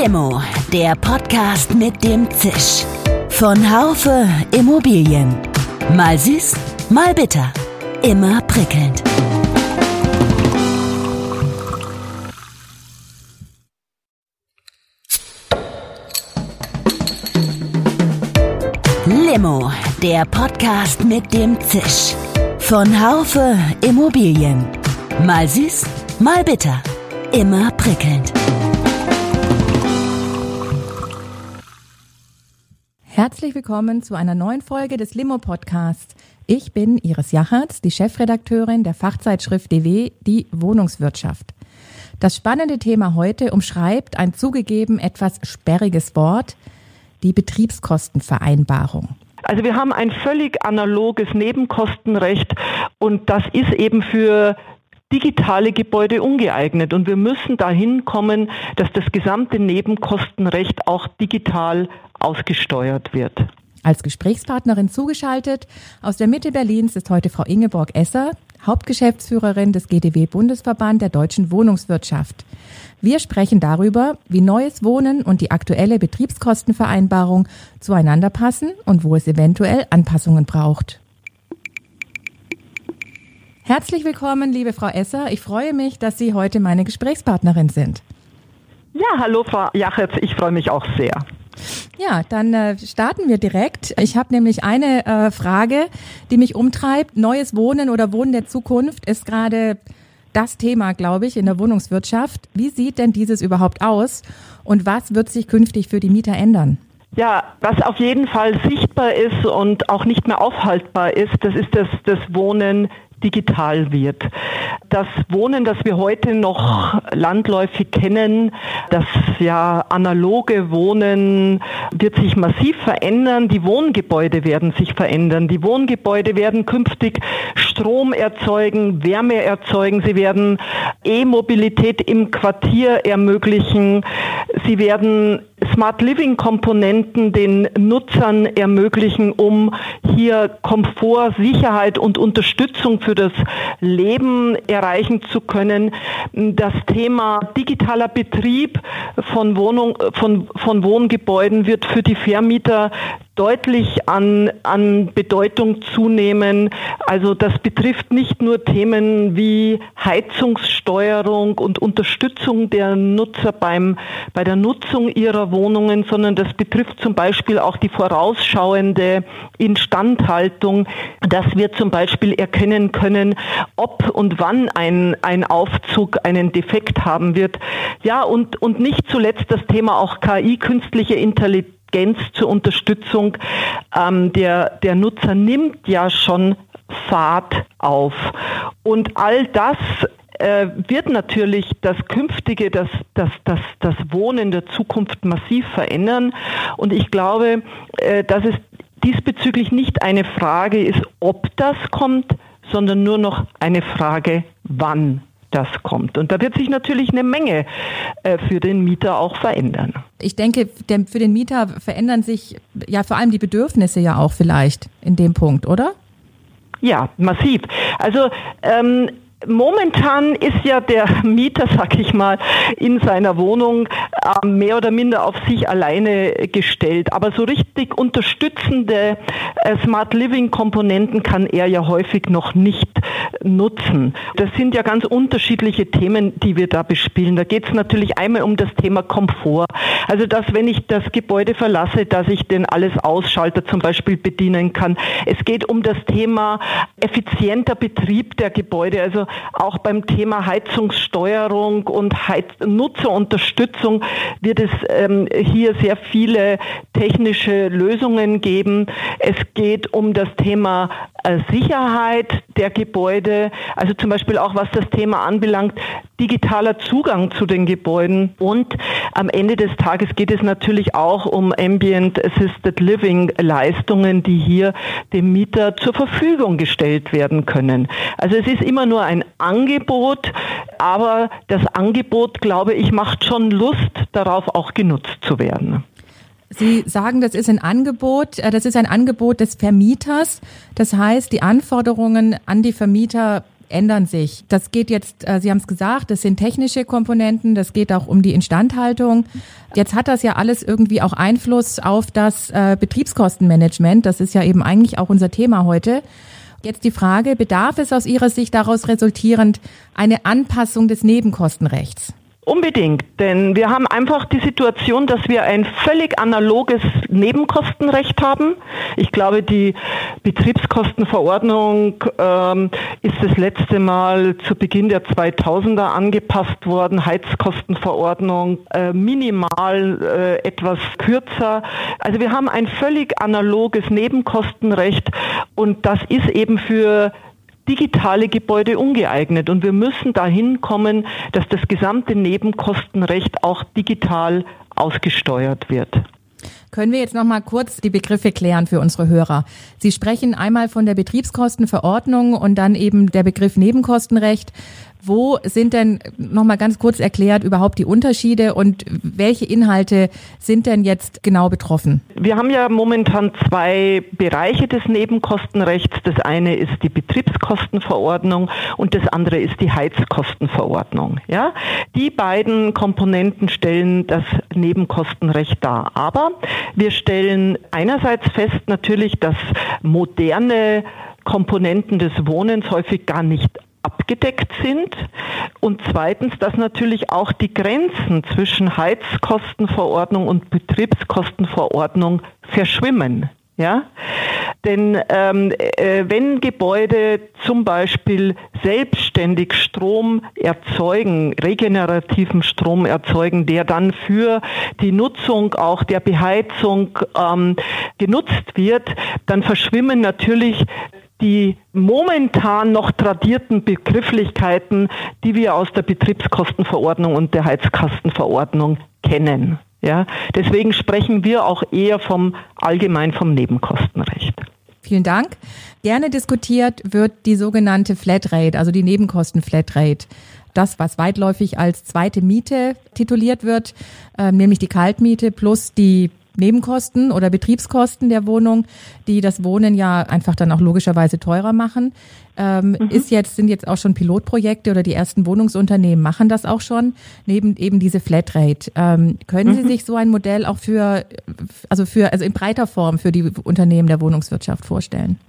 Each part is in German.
Limo, der Podcast mit dem Zisch. Von Haufe Immobilien. Mal süß, mal bitter. Immer prickelnd. Limo, der Podcast mit dem Zisch. Von Haufe Immobilien. Mal süß, mal bitter. Immer prickelnd. Herzlich willkommen zu einer neuen Folge des Limo-Podcasts. Ich bin Iris Jachertz, die Chefredakteurin der Fachzeitschrift DW, die Wohnungswirtschaft. Das spannende Thema heute umschreibt ein zugegeben etwas sperriges Wort, die Betriebskostenvereinbarung. Also wir haben ein völlig analoges Nebenkostenrecht und das ist eben für digitale Gebäude ungeeignet. Und wir müssen dahin kommen, dass das gesamte Nebenkostenrecht auch digital ausgesteuert wird. Als Gesprächspartnerin zugeschaltet aus der Mitte Berlins ist heute Frau Ingeborg Esser, Hauptgeschäftsführerin des GdW-Bundesverband der deutschen Wohnungswirtschaft. Wir sprechen darüber, wie neues Wohnen und die aktuelle Betriebskostenvereinbarung zueinander passen und wo es eventuell Anpassungen braucht. Herzlich willkommen, liebe Frau Esser. Ich freue mich, dass Sie heute meine Gesprächspartnerin sind. Ja, hallo Frau Jachertz, ich freue mich auch sehr. Ja, dann starten wir direkt. Ich habe nämlich eine Frage, die mich umtreibt. Neues Wohnen oder Wohnen der Zukunft ist gerade das Thema, glaube ich, in der Wohnungswirtschaft. Wie sieht denn dieses überhaupt aus und was wird sich künftig für die Mieter ändern? Ja, was auf jeden Fall sichtbar ist und auch nicht mehr aufhaltbar ist, das ist, dass das Wohnen digital wird. Das Wohnen, das wir heute noch landläufig kennen, das ja analoge Wohnen, wird sich massiv verändern. Die Wohngebäude werden sich verändern. Die Wohngebäude werden künftig Strom erzeugen, Wärme erzeugen. Sie werden E-Mobilität im Quartier ermöglichen. Sie werden Smart Living Komponenten den Nutzern ermöglichen, um hier Komfort, Sicherheit und Unterstützung für das Leben erreichen zu können. Das Thema digitaler Betrieb von Wohngebäuden wird für die Vermieter deutlich an Bedeutung zunehmen. Also das betrifft nicht nur Themen wie Heizungssteuerung und Unterstützung der Nutzer bei der Nutzung ihrer Wohnungen, sondern das betrifft zum Beispiel auch die vorausschauende Instandhaltung, dass wir zum Beispiel erkennen können, ob und wann ein Aufzug einen Defekt haben wird. Ja, und nicht zuletzt das Thema auch KI, künstliche Intelligenz zur Unterstützung der Nutzer nimmt ja schon Fahrt auf. Und all das wird natürlich das künftige, das Wohnen der Zukunft massiv verändern. Und ich glaube, dass es diesbezüglich nicht eine Frage ist, ob das kommt, sondern nur noch eine Frage, wann das kommt. Und da wird sich natürlich eine Menge für den Mieter auch verändern. Ich denke, für den Mieter verändern sich ja vor allem die Bedürfnisse ja auch vielleicht in dem Punkt, oder? Ja, massiv. Also momentan ist ja der Mieter, sag ich mal, in seiner Wohnung mehr oder minder auf sich alleine gestellt. Aber so richtig unterstützende Smart Living Komponenten kann er ja häufig noch nicht nutzen. Das sind ja ganz unterschiedliche Themen, die wir da bespielen. Da geht es natürlich einmal um das Thema Komfort. Also dass, wenn ich das Gebäude verlasse, dass ich den alles Ausschalter zum Beispiel bedienen kann. Es geht um das Thema effizienter Betrieb der Gebäude. Also auch beim Thema Heizungssteuerung und Nutzerunterstützung wird es hier sehr viele technische Lösungen geben. Es geht um das Thema Sicherheit der Gebäude, also zum Beispiel auch was das Thema anbelangt, digitaler Zugang zu den Gebäuden. Und am Ende des Tages geht es natürlich auch um Ambient Assisted Living Leistungen, die hier dem Mieter zur Verfügung gestellt werden können. Also es ist immer nur ein Angebot, aber das Angebot, glaube ich, macht schon Lust, darauf auch genutzt zu werden. Sie sagen, das ist ein Angebot des Vermieters. Das heißt, die Anforderungen an die Vermieter ändern sich. Das geht jetzt, Sie haben es gesagt, das sind technische Komponenten, das geht auch um die Instandhaltung. Jetzt hat das ja alles irgendwie auch Einfluss auf das Betriebskostenmanagement. Das ist ja eben eigentlich auch unser Thema heute. Jetzt die Frage, bedarf es aus Ihrer Sicht daraus resultierend eine Anpassung des Nebenkostenrechts? Unbedingt, denn wir haben einfach die Situation, dass wir ein völlig analoges Nebenkostenrecht haben. Ich glaube, die Betriebskostenverordnung ist das letzte Mal zu Beginn der 2000er angepasst worden, Heizkostenverordnung minimal etwas kürzer. Also wir haben ein völlig analoges Nebenkostenrecht und das ist eben für digitale Gebäude ungeeignet und wir müssen dahin kommen, dass das gesamte Nebenkostenrecht auch digital ausgesteuert wird. Können wir jetzt noch mal kurz die Begriffe klären für unsere Hörer? Sie sprechen einmal von der Betriebskostenverordnung und dann eben der Begriff Nebenkostenrecht. Wo sind denn, noch mal ganz kurz erklärt, überhaupt die Unterschiede und welche Inhalte sind denn jetzt genau betroffen? Wir haben ja momentan zwei Bereiche des Nebenkostenrechts. Das eine ist die Betriebskostenverordnung und das andere ist die Heizkostenverordnung. Ja? Die beiden Komponenten stellen das Nebenkostenrecht dar. Aber wir stellen einerseits fest natürlich, dass moderne Komponenten des Wohnens häufig gar nicht abgedeckt sind und zweitens, dass natürlich auch die Grenzen zwischen Heizkostenverordnung und Betriebskostenverordnung verschwimmen. Ja? Denn wenn Gebäude zum Beispiel selbstständig Strom erzeugen, regenerativen Strom erzeugen, der dann für die Nutzung auch der Beheizung genutzt wird, dann verschwimmen natürlich die momentan noch tradierten Begrifflichkeiten, die wir aus der Betriebskostenverordnung und der Heizkostenverordnung kennen. Ja, deswegen sprechen wir auch eher allgemein vom Nebenkostenrecht. Vielen Dank. Gerne diskutiert wird die sogenannte Flatrate, also die Nebenkosten-Flatrate. Das, was weitläufig als zweite Miete tituliert wird, nämlich die Kaltmiete plus die Nebenkosten oder Betriebskosten der Wohnung, die das Wohnen ja einfach dann auch logischerweise teurer machen. Sind jetzt auch schon Pilotprojekte oder die ersten Wohnungsunternehmen machen das auch schon, neben eben diese Flatrate. Können Sie sich so ein Modell auch also in breiter Form für die Unternehmen der Wohnungswirtschaft vorstellen?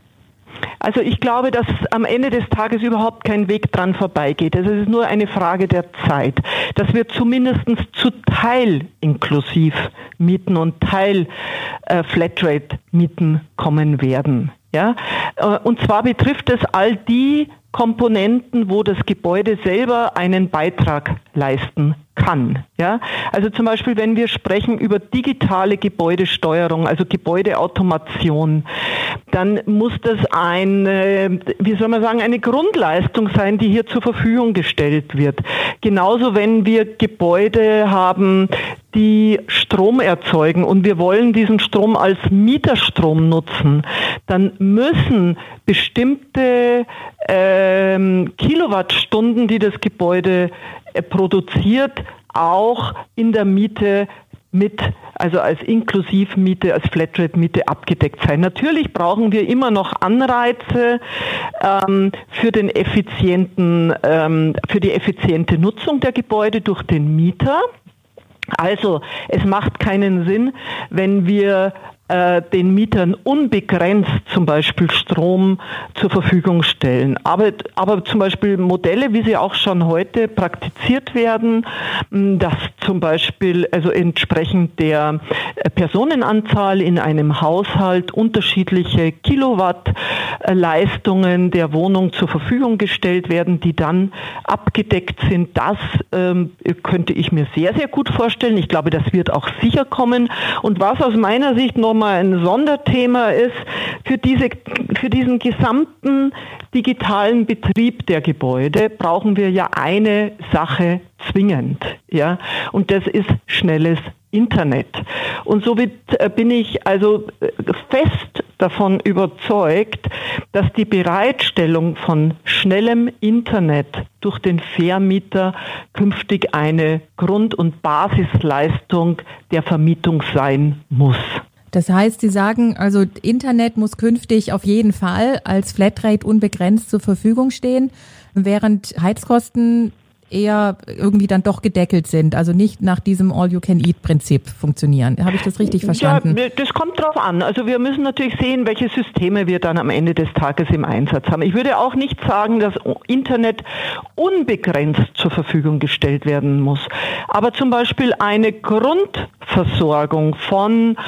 Also ich glaube, dass am Ende des Tages überhaupt kein Weg dran vorbeigeht. Also es ist nur eine Frage der Zeit, dass wir zumindest zu Teil inklusiv Mieten und Teil Flatrate Mieten kommen werden. Ja? Und zwar betrifft es all die Komponenten, wo das Gebäude selber einen Beitrag leisten kann. Ja? Also zum Beispiel, wenn wir sprechen über digitale Gebäudesteuerung, also Gebäudeautomation, dann muss das eine Grundleistung sein, die hier zur Verfügung gestellt wird. Genauso, wenn wir Gebäude haben, die Strom erzeugen und wir wollen diesen Strom als Mieterstrom nutzen, dann müssen bestimmte Kilowattstunden, die das Gebäude produziert, auch in der Miete also als Inklusivmiete, als Flatrate-Miete abgedeckt sein. Natürlich brauchen wir immer noch Anreize für die effiziente Nutzung der Gebäude durch den Mieter. Also es macht keinen Sinn, wenn wir den Mietern unbegrenzt zum Beispiel Strom zur Verfügung stellen. Aber zum Beispiel Modelle, wie sie auch schon heute praktiziert werden, dass zum Beispiel also entsprechend der Personenanzahl in einem Haushalt unterschiedliche Kilowattleistungen der Wohnung zur Verfügung gestellt werden, die dann abgedeckt sind, das könnte ich mir sehr, sehr gut vorstellen. Ich glaube, das wird auch sicher kommen. Und was aus meiner Sicht nochmal ein Sonderthema ist, für diesen gesamten digitalen Betrieb der Gebäude brauchen wir ja eine Sache zwingend, ja, und das ist schnelles Internet. Und somit bin ich also fest davon überzeugt, dass die Bereitstellung von schnellem Internet durch den Vermieter künftig eine Grund- und Basisleistung der Vermietung sein muss. Das heißt, Sie sagen, also Internet muss künftig auf jeden Fall als Flatrate unbegrenzt zur Verfügung stehen, während Heizkosten eher irgendwie dann doch gedeckelt sind, also nicht nach diesem All-You-Can-Eat-Prinzip funktionieren. Habe ich das richtig verstanden? Ja, das kommt drauf an. Also wir müssen natürlich sehen, welche Systeme wir dann am Ende des Tages im Einsatz haben. Ich würde auch nicht sagen, dass Internet unbegrenzt zur Verfügung gestellt werden muss. Aber zum Beispiel eine Grundversorgung von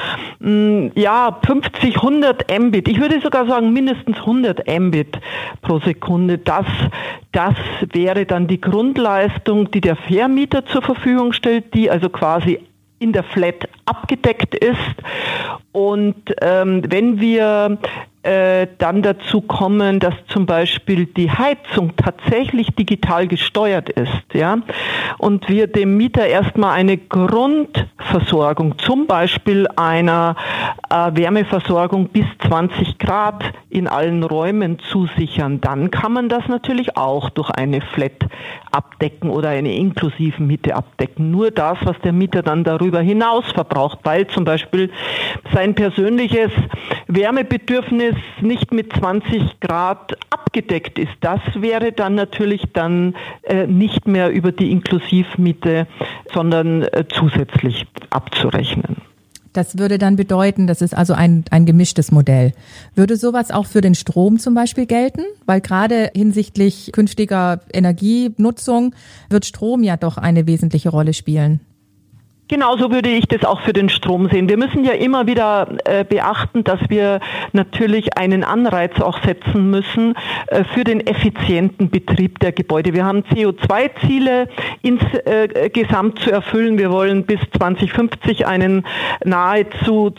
50, 100 Mbit, ich würde sogar sagen mindestens 100 Mbit pro Sekunde, das wäre dann die Grundleistung, die der Vermieter zur Verfügung stellt, die also quasi in der Flat abgedeckt ist. Und wenn wir dann dazu kommen, dass zum Beispiel die Heizung tatsächlich digital gesteuert ist, ja, und wir dem Mieter erstmal eine Grundversorgung, zum Beispiel einer Wärmeversorgung bis 20 Grad in allen Räumen zusichern, dann kann man das natürlich auch durch eine Flat abdecken oder eine Inklusivmiete abdecken. Nur das, was der Mieter dann darüber hinaus verbraucht, weil zum Beispiel sein persönliches Wärmebedürfnis nicht mit 20 Grad abgedeckt ist. Das wäre dann natürlich nicht mehr über die Inklusivmiete, sondern zusätzlich abzurechnen. Das würde dann bedeuten, das ist also ein gemischtes Modell. Würde sowas auch für den Strom zum Beispiel gelten? Weil gerade hinsichtlich künftiger Energienutzung wird Strom ja doch eine wesentliche Rolle spielen. Genauso würde ich das auch für den Strom sehen. Wir müssen ja immer wieder beachten, dass wir natürlich einen Anreiz auch setzen müssen für den effizienten Betrieb der Gebäude. Wir haben CO2-Ziele insgesamt zu erfüllen. Wir wollen bis 2050 einen nahezu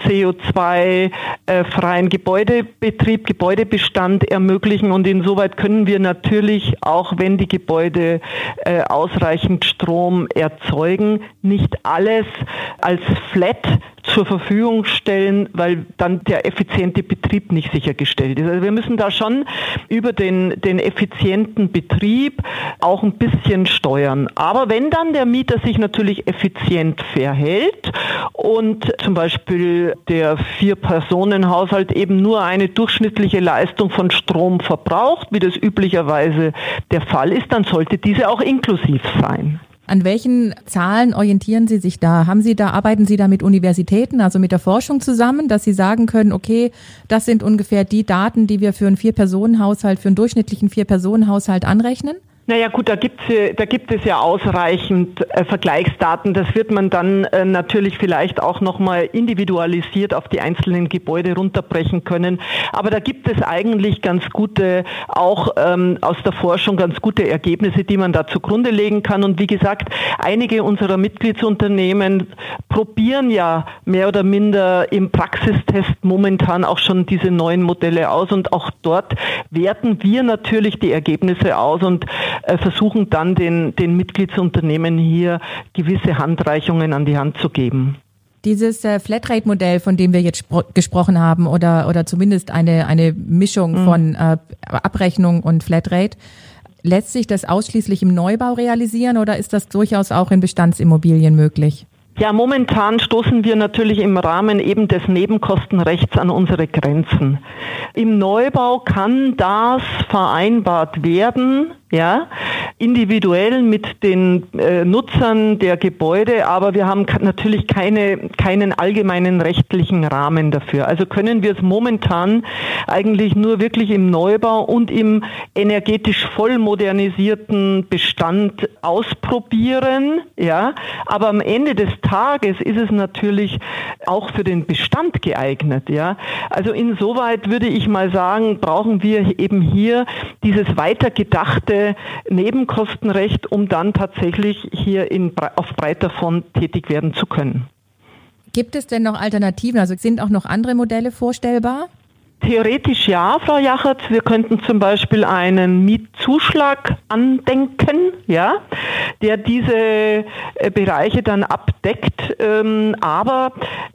CO2-freien Gebäudebetrieb, Gebäudebestand ermöglichen. Und insoweit können wir natürlich, auch wenn die Gebäude ausreichend Strom erzeugen, nicht alles als Flat zur Verfügung stellen, weil dann der effiziente Betrieb nicht sichergestellt ist. Also wir müssen da schon über den effizienten Betrieb auch ein bisschen steuern. Aber wenn dann der Mieter sich natürlich effizient verhält und zum Beispiel der 4-Personen-Haushalt eben nur eine durchschnittliche Leistung von Strom verbraucht, wie das üblicherweise der Fall ist, dann sollte diese auch inklusiv sein. An welchen Zahlen orientieren Sie sich da? Arbeiten Sie da mit Universitäten, also mit der Forschung zusammen, dass Sie sagen können, okay, das sind ungefähr die Daten, die wir für einen 4-Personen-Haushalt, für einen durchschnittlichen 4-Personen-Haushalt anrechnen? Naja gut, da gibt es ja ausreichend Vergleichsdaten. Das wird man dann natürlich vielleicht auch nochmal individualisiert auf die einzelnen Gebäude runterbrechen können. Aber da gibt es eigentlich ganz gute, auch aus der Forschung ganz gute Ergebnisse, die man da zugrunde legen kann. Und wie gesagt, einige unserer Mitgliedsunternehmen probieren ja mehr oder minder im Praxistest momentan auch schon diese neuen Modelle aus. Und auch dort werten wir natürlich die Ergebnisse aus und versuchen dann den Mitgliedsunternehmen hier gewisse Handreichungen an die Hand zu geben. Dieses Flatrate-Modell, von dem wir jetzt gesprochen haben, oder zumindest eine Mischung von Abrechnung und Flatrate, lässt sich das ausschließlich im Neubau realisieren oder ist das durchaus auch in Bestandsimmobilien möglich? Ja, momentan stoßen wir natürlich im Rahmen eben des Nebenkostenrechts an unsere Grenzen. Im Neubau kann das vereinbart werden, ja, individuell mit den Nutzern der Gebäude, aber wir haben natürlich keinen allgemeinen rechtlichen Rahmen dafür. Also können wir es momentan eigentlich nur wirklich im Neubau und im energetisch voll modernisierten Bestand ausprobieren, ja, aber am Ende des Tages ist es natürlich auch für den Bestand geeignet, ja. Also insoweit würde ich mal sagen, brauchen wir eben hier dieses weitergedachte Nebenkostenrecht, um dann tatsächlich hier auf breiter Front tätig werden zu können. Gibt es denn noch Alternativen? Also sind auch noch andere Modelle vorstellbar? Theoretisch ja, Frau Jachert. Wir könnten zum Beispiel einen Mietzuschlag andenken, ja, der diese Bereiche dann abdeckt. Aber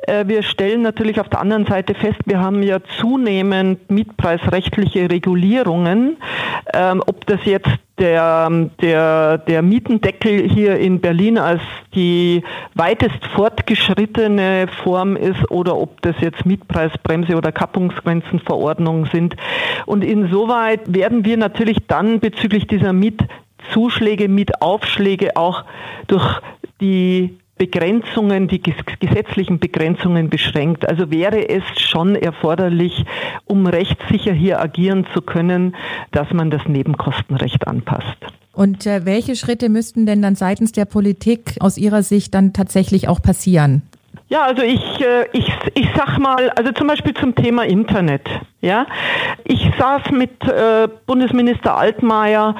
Wir stellen natürlich auf der anderen Seite fest, wir haben ja zunehmend mietpreisrechtliche Regulierungen, ob das jetzt der Mietendeckel hier in Berlin als die weitest fortgeschrittene Form ist oder ob das jetzt Mietpreisbremse oder Kappungsgrenzenverordnungen sind. Und insoweit werden wir natürlich dann bezüglich dieser Mietzuschläge, Mietaufschläge auch durch die Begrenzungen, die gesetzlichen Begrenzungen beschränkt. Also wäre es schon erforderlich, um rechtssicher hier agieren zu können, dass man das Nebenkostenrecht anpasst. Und welche Schritte müssten denn dann seitens der Politik aus Ihrer Sicht dann tatsächlich auch passieren? Ja, also ich sag mal, also zum Beispiel zum Thema Internet. Ja, ich saß mit Bundesminister Altmaier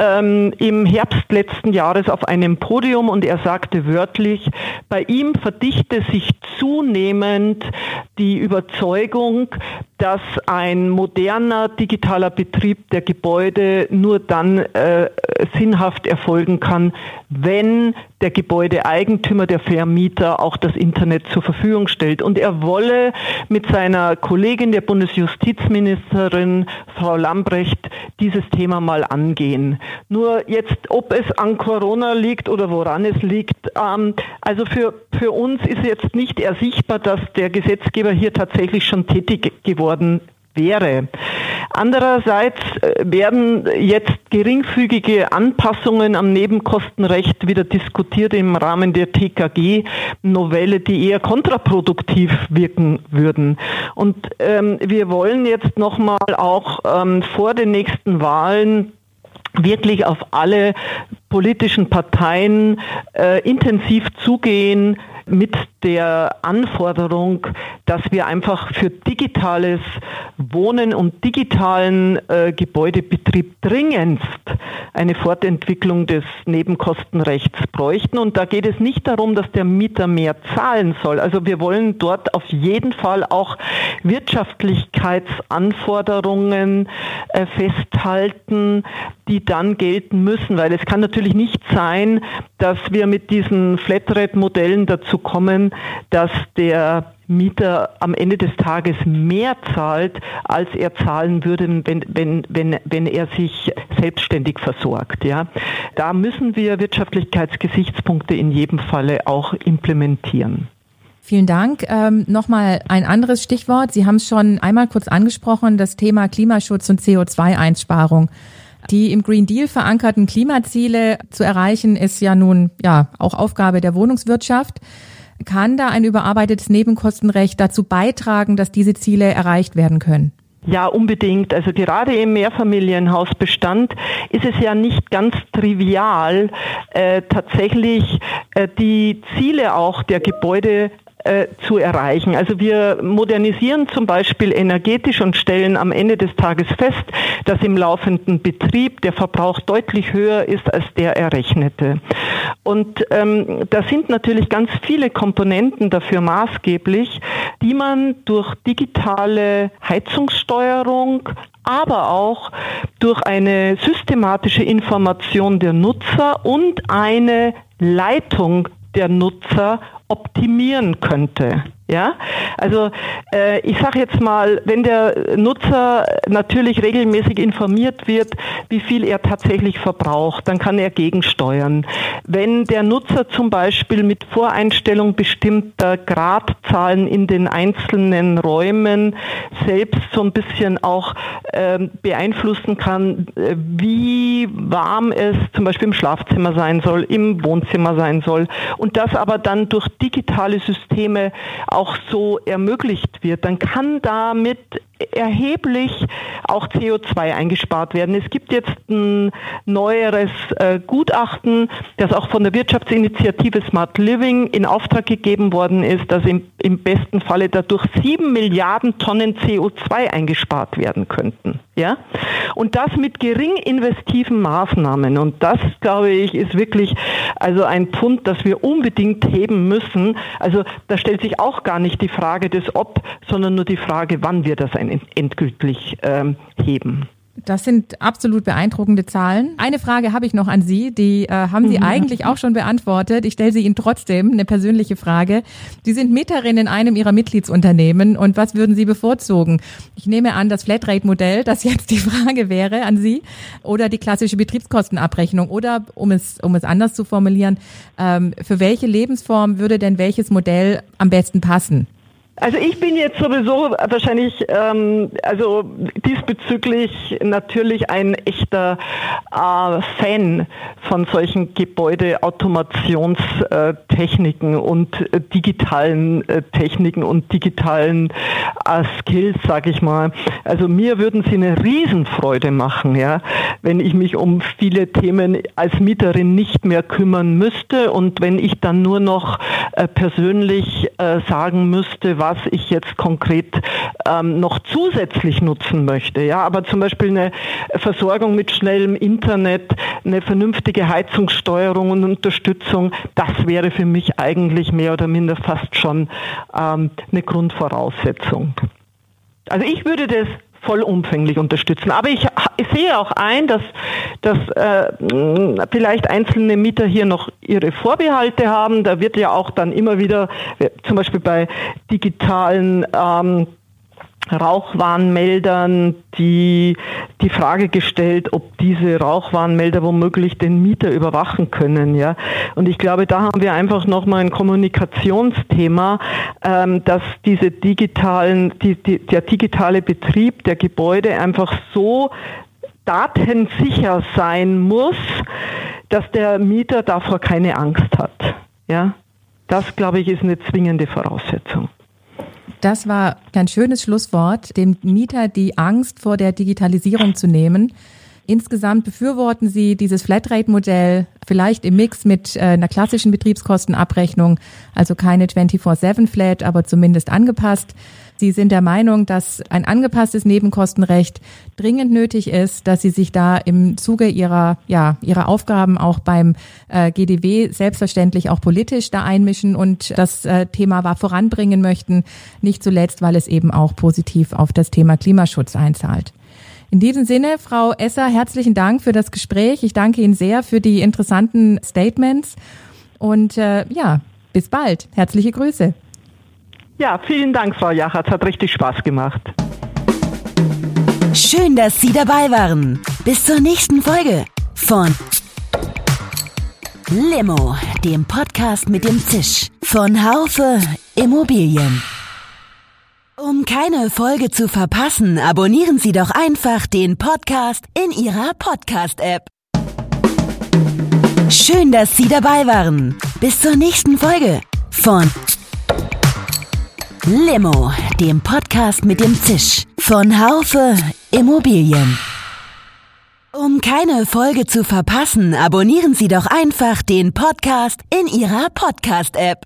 im Herbst letzten Jahres auf einem Podium und er sagte wörtlich, bei ihm verdichte sich zunehmend die Überzeugung, dass ein moderner digitaler Betrieb der Gebäude nur dann sinnhaft erfolgen kann, wenn der Gebäudeeigentümer, der Vermieter auch das Internet zur Verfügung stellt. Und er wolle mit seiner Kollegin, der Bundesjustizministerin, Frau Lambrecht, dieses Thema mal angehen. Nur jetzt, ob es an Corona liegt oder woran es liegt, also für uns ist jetzt nicht ersichtbar, dass der Gesetzgeber hier tatsächlich schon tätig geworden wäre. Andererseits werden jetzt geringfügige Anpassungen am Nebenkostenrecht wieder diskutiert im Rahmen der TKG-Novelle, die eher kontraproduktiv wirken würden. Und wir wollen jetzt nochmal auch vor den nächsten Wahlen wirklich auf alle politischen Parteien intensiv zugehen mit der Anforderung, dass wir einfach für digitales Wohnen und digitalen Gebäudebetrieb dringendst eine Fortentwicklung des Nebenkostenrechts bräuchten. Und da geht es nicht darum, dass der Mieter mehr zahlen soll. Also wir wollen dort auf jeden Fall auch Wirtschaftlichkeitsanforderungen festhalten, die dann gelten müssen. Weil es kann natürlich nicht sein, dass wir mit diesen Flatrate-Modellen dazu kommen, dass der Mieter am Ende des Tages mehr zahlt, als er zahlen würde, wenn er sich selbstständig versorgt. Ja, da müssen wir Wirtschaftlichkeitsgesichtspunkte in jedem Falle auch implementieren. Vielen Dank. Nochmal ein anderes Stichwort. Sie haben es schon einmal kurz angesprochen, das Thema Klimaschutz und CO2-Einsparung. Die im Green Deal verankerten Klimaziele zu erreichen, ist ja nun auch Aufgabe der Wohnungswirtschaft. Kann da ein überarbeitetes Nebenkostenrecht dazu beitragen, dass diese Ziele erreicht werden können? Ja, unbedingt. Also gerade im Mehrfamilienhausbestand ist es ja nicht ganz trivial, tatsächlich die Ziele auch der Gebäude zu erreichen. Also wir modernisieren zum Beispiel energetisch und stellen am Ende des Tages fest, dass im laufenden Betrieb der Verbrauch deutlich höher ist als der errechnete. Und da sind natürlich ganz viele Komponenten dafür maßgeblich, die man durch digitale Heizungssteuerung, aber auch durch eine systematische Information der Nutzer und eine Leitung der Nutzer optimieren könnte. Ja, also ich sage jetzt mal, wenn der Nutzer natürlich regelmäßig informiert wird, wie viel er tatsächlich verbraucht, dann kann er gegensteuern. Wenn der Nutzer zum Beispiel mit Voreinstellung bestimmter Gradzahlen in den einzelnen Räumen selbst so ein bisschen auch beeinflussen kann, wie warm es zum Beispiel im Schlafzimmer sein soll, im Wohnzimmer sein soll und das aber dann durch digitale Systeme auch so ermöglicht wird, dann kann damit erheblich auch CO2 eingespart werden. Es gibt jetzt ein neueres Gutachten, das auch von der Wirtschaftsinitiative Smart Living in Auftrag gegeben worden ist, dass im besten Falle dadurch 7 Milliarden Tonnen CO2 eingespart werden könnten. Ja? Und das mit gering investiven Maßnahmen. Und das, glaube ich, ist wirklich also ein Punkt, das wir unbedingt heben müssen. Also da stellt sich auch gar nicht die Frage des Ob, sondern nur die Frage, wann wir das endgültig heben. Das sind absolut beeindruckende Zahlen. Eine Frage habe ich noch an Sie, die haben Sie eigentlich auch schon beantwortet. Ich stelle sie Ihnen trotzdem, eine persönliche Frage. Sie sind Mieterin in einem Ihrer Mitgliedsunternehmen und was würden Sie bevorzugen? Ich nehme an, das Flatrate-Modell, das jetzt die Frage wäre an Sie, oder die klassische Betriebskostenabrechnung oder, um es anders zu formulieren, für welche Lebensform würde denn welches Modell am besten passen? Also ich bin jetzt sowieso wahrscheinlich diesbezüglich natürlich ein echter Fan von solchen Gebäudeautomationstechniken und digitalen Techniken und digitalen Skills, sage ich mal. Also mir würden sie eine Riesenfreude machen, ja, wenn ich mich um viele Themen als Mieterin nicht mehr kümmern müsste und wenn ich dann nur noch persönlich sagen müsste, was ich jetzt konkret noch zusätzlich nutzen möchte. Ja, aber zum Beispiel eine Versorgung mit schnellem Internet, eine vernünftige Heizungssteuerung und Unterstützung, das wäre für mich eigentlich mehr oder minder fast schon eine Grundvoraussetzung. Also ich würde das vollumfänglich unterstützen. Aber ich sehe auch ein, dass vielleicht einzelne Mieter hier noch ihre Vorbehalte haben. Da wird ja auch dann immer wieder, zum Beispiel bei digitalen Rauchwarnmeldern die Frage gestellt, ob diese Rauchwarnmelder womöglich den Mieter überwachen können, ja. Und ich glaube, da haben wir einfach nochmal ein Kommunikationsthema, dass der digitale Betrieb der Gebäude einfach so datensicher sein muss, dass der Mieter davor keine Angst hat, ja. Das, glaube ich, ist eine zwingende Voraussetzung. Das war ein schönes Schlusswort, dem Mieter die Angst vor der Digitalisierung zu nehmen. Insgesamt befürworten Sie dieses Flatrate-Modell, vielleicht im Mix mit einer klassischen Betriebskostenabrechnung, also keine 24/7-Flat, aber zumindest angepasst. Sie sind der Meinung, dass ein angepasstes Nebenkostenrecht dringend nötig ist, dass Sie sich da im Zuge Ihrer Aufgaben auch beim GDW selbstverständlich auch politisch da einmischen und das Thema voranbringen möchten, nicht zuletzt, weil es eben auch positiv auf das Thema Klimaschutz einzahlt. In diesem Sinne, Frau Esser, herzlichen Dank für das Gespräch. Ich danke Ihnen sehr für die interessanten Statements und bis bald. Herzliche Grüße. Ja, vielen Dank, Frau Jachatz. Hat richtig Spaß gemacht. Schön, dass Sie dabei waren. Bis zur nächsten Folge von Limo, dem Podcast mit dem Zisch von Haufe Immobilien. Um keine Folge zu verpassen, abonnieren Sie doch einfach den Podcast in Ihrer Podcast-App. Schön, dass Sie dabei waren. Bis zur nächsten Folge von Limo, dem Podcast mit dem Zisch von Haufe Immobilien. Um keine Folge zu verpassen, abonnieren Sie doch einfach den Podcast in Ihrer Podcast-App.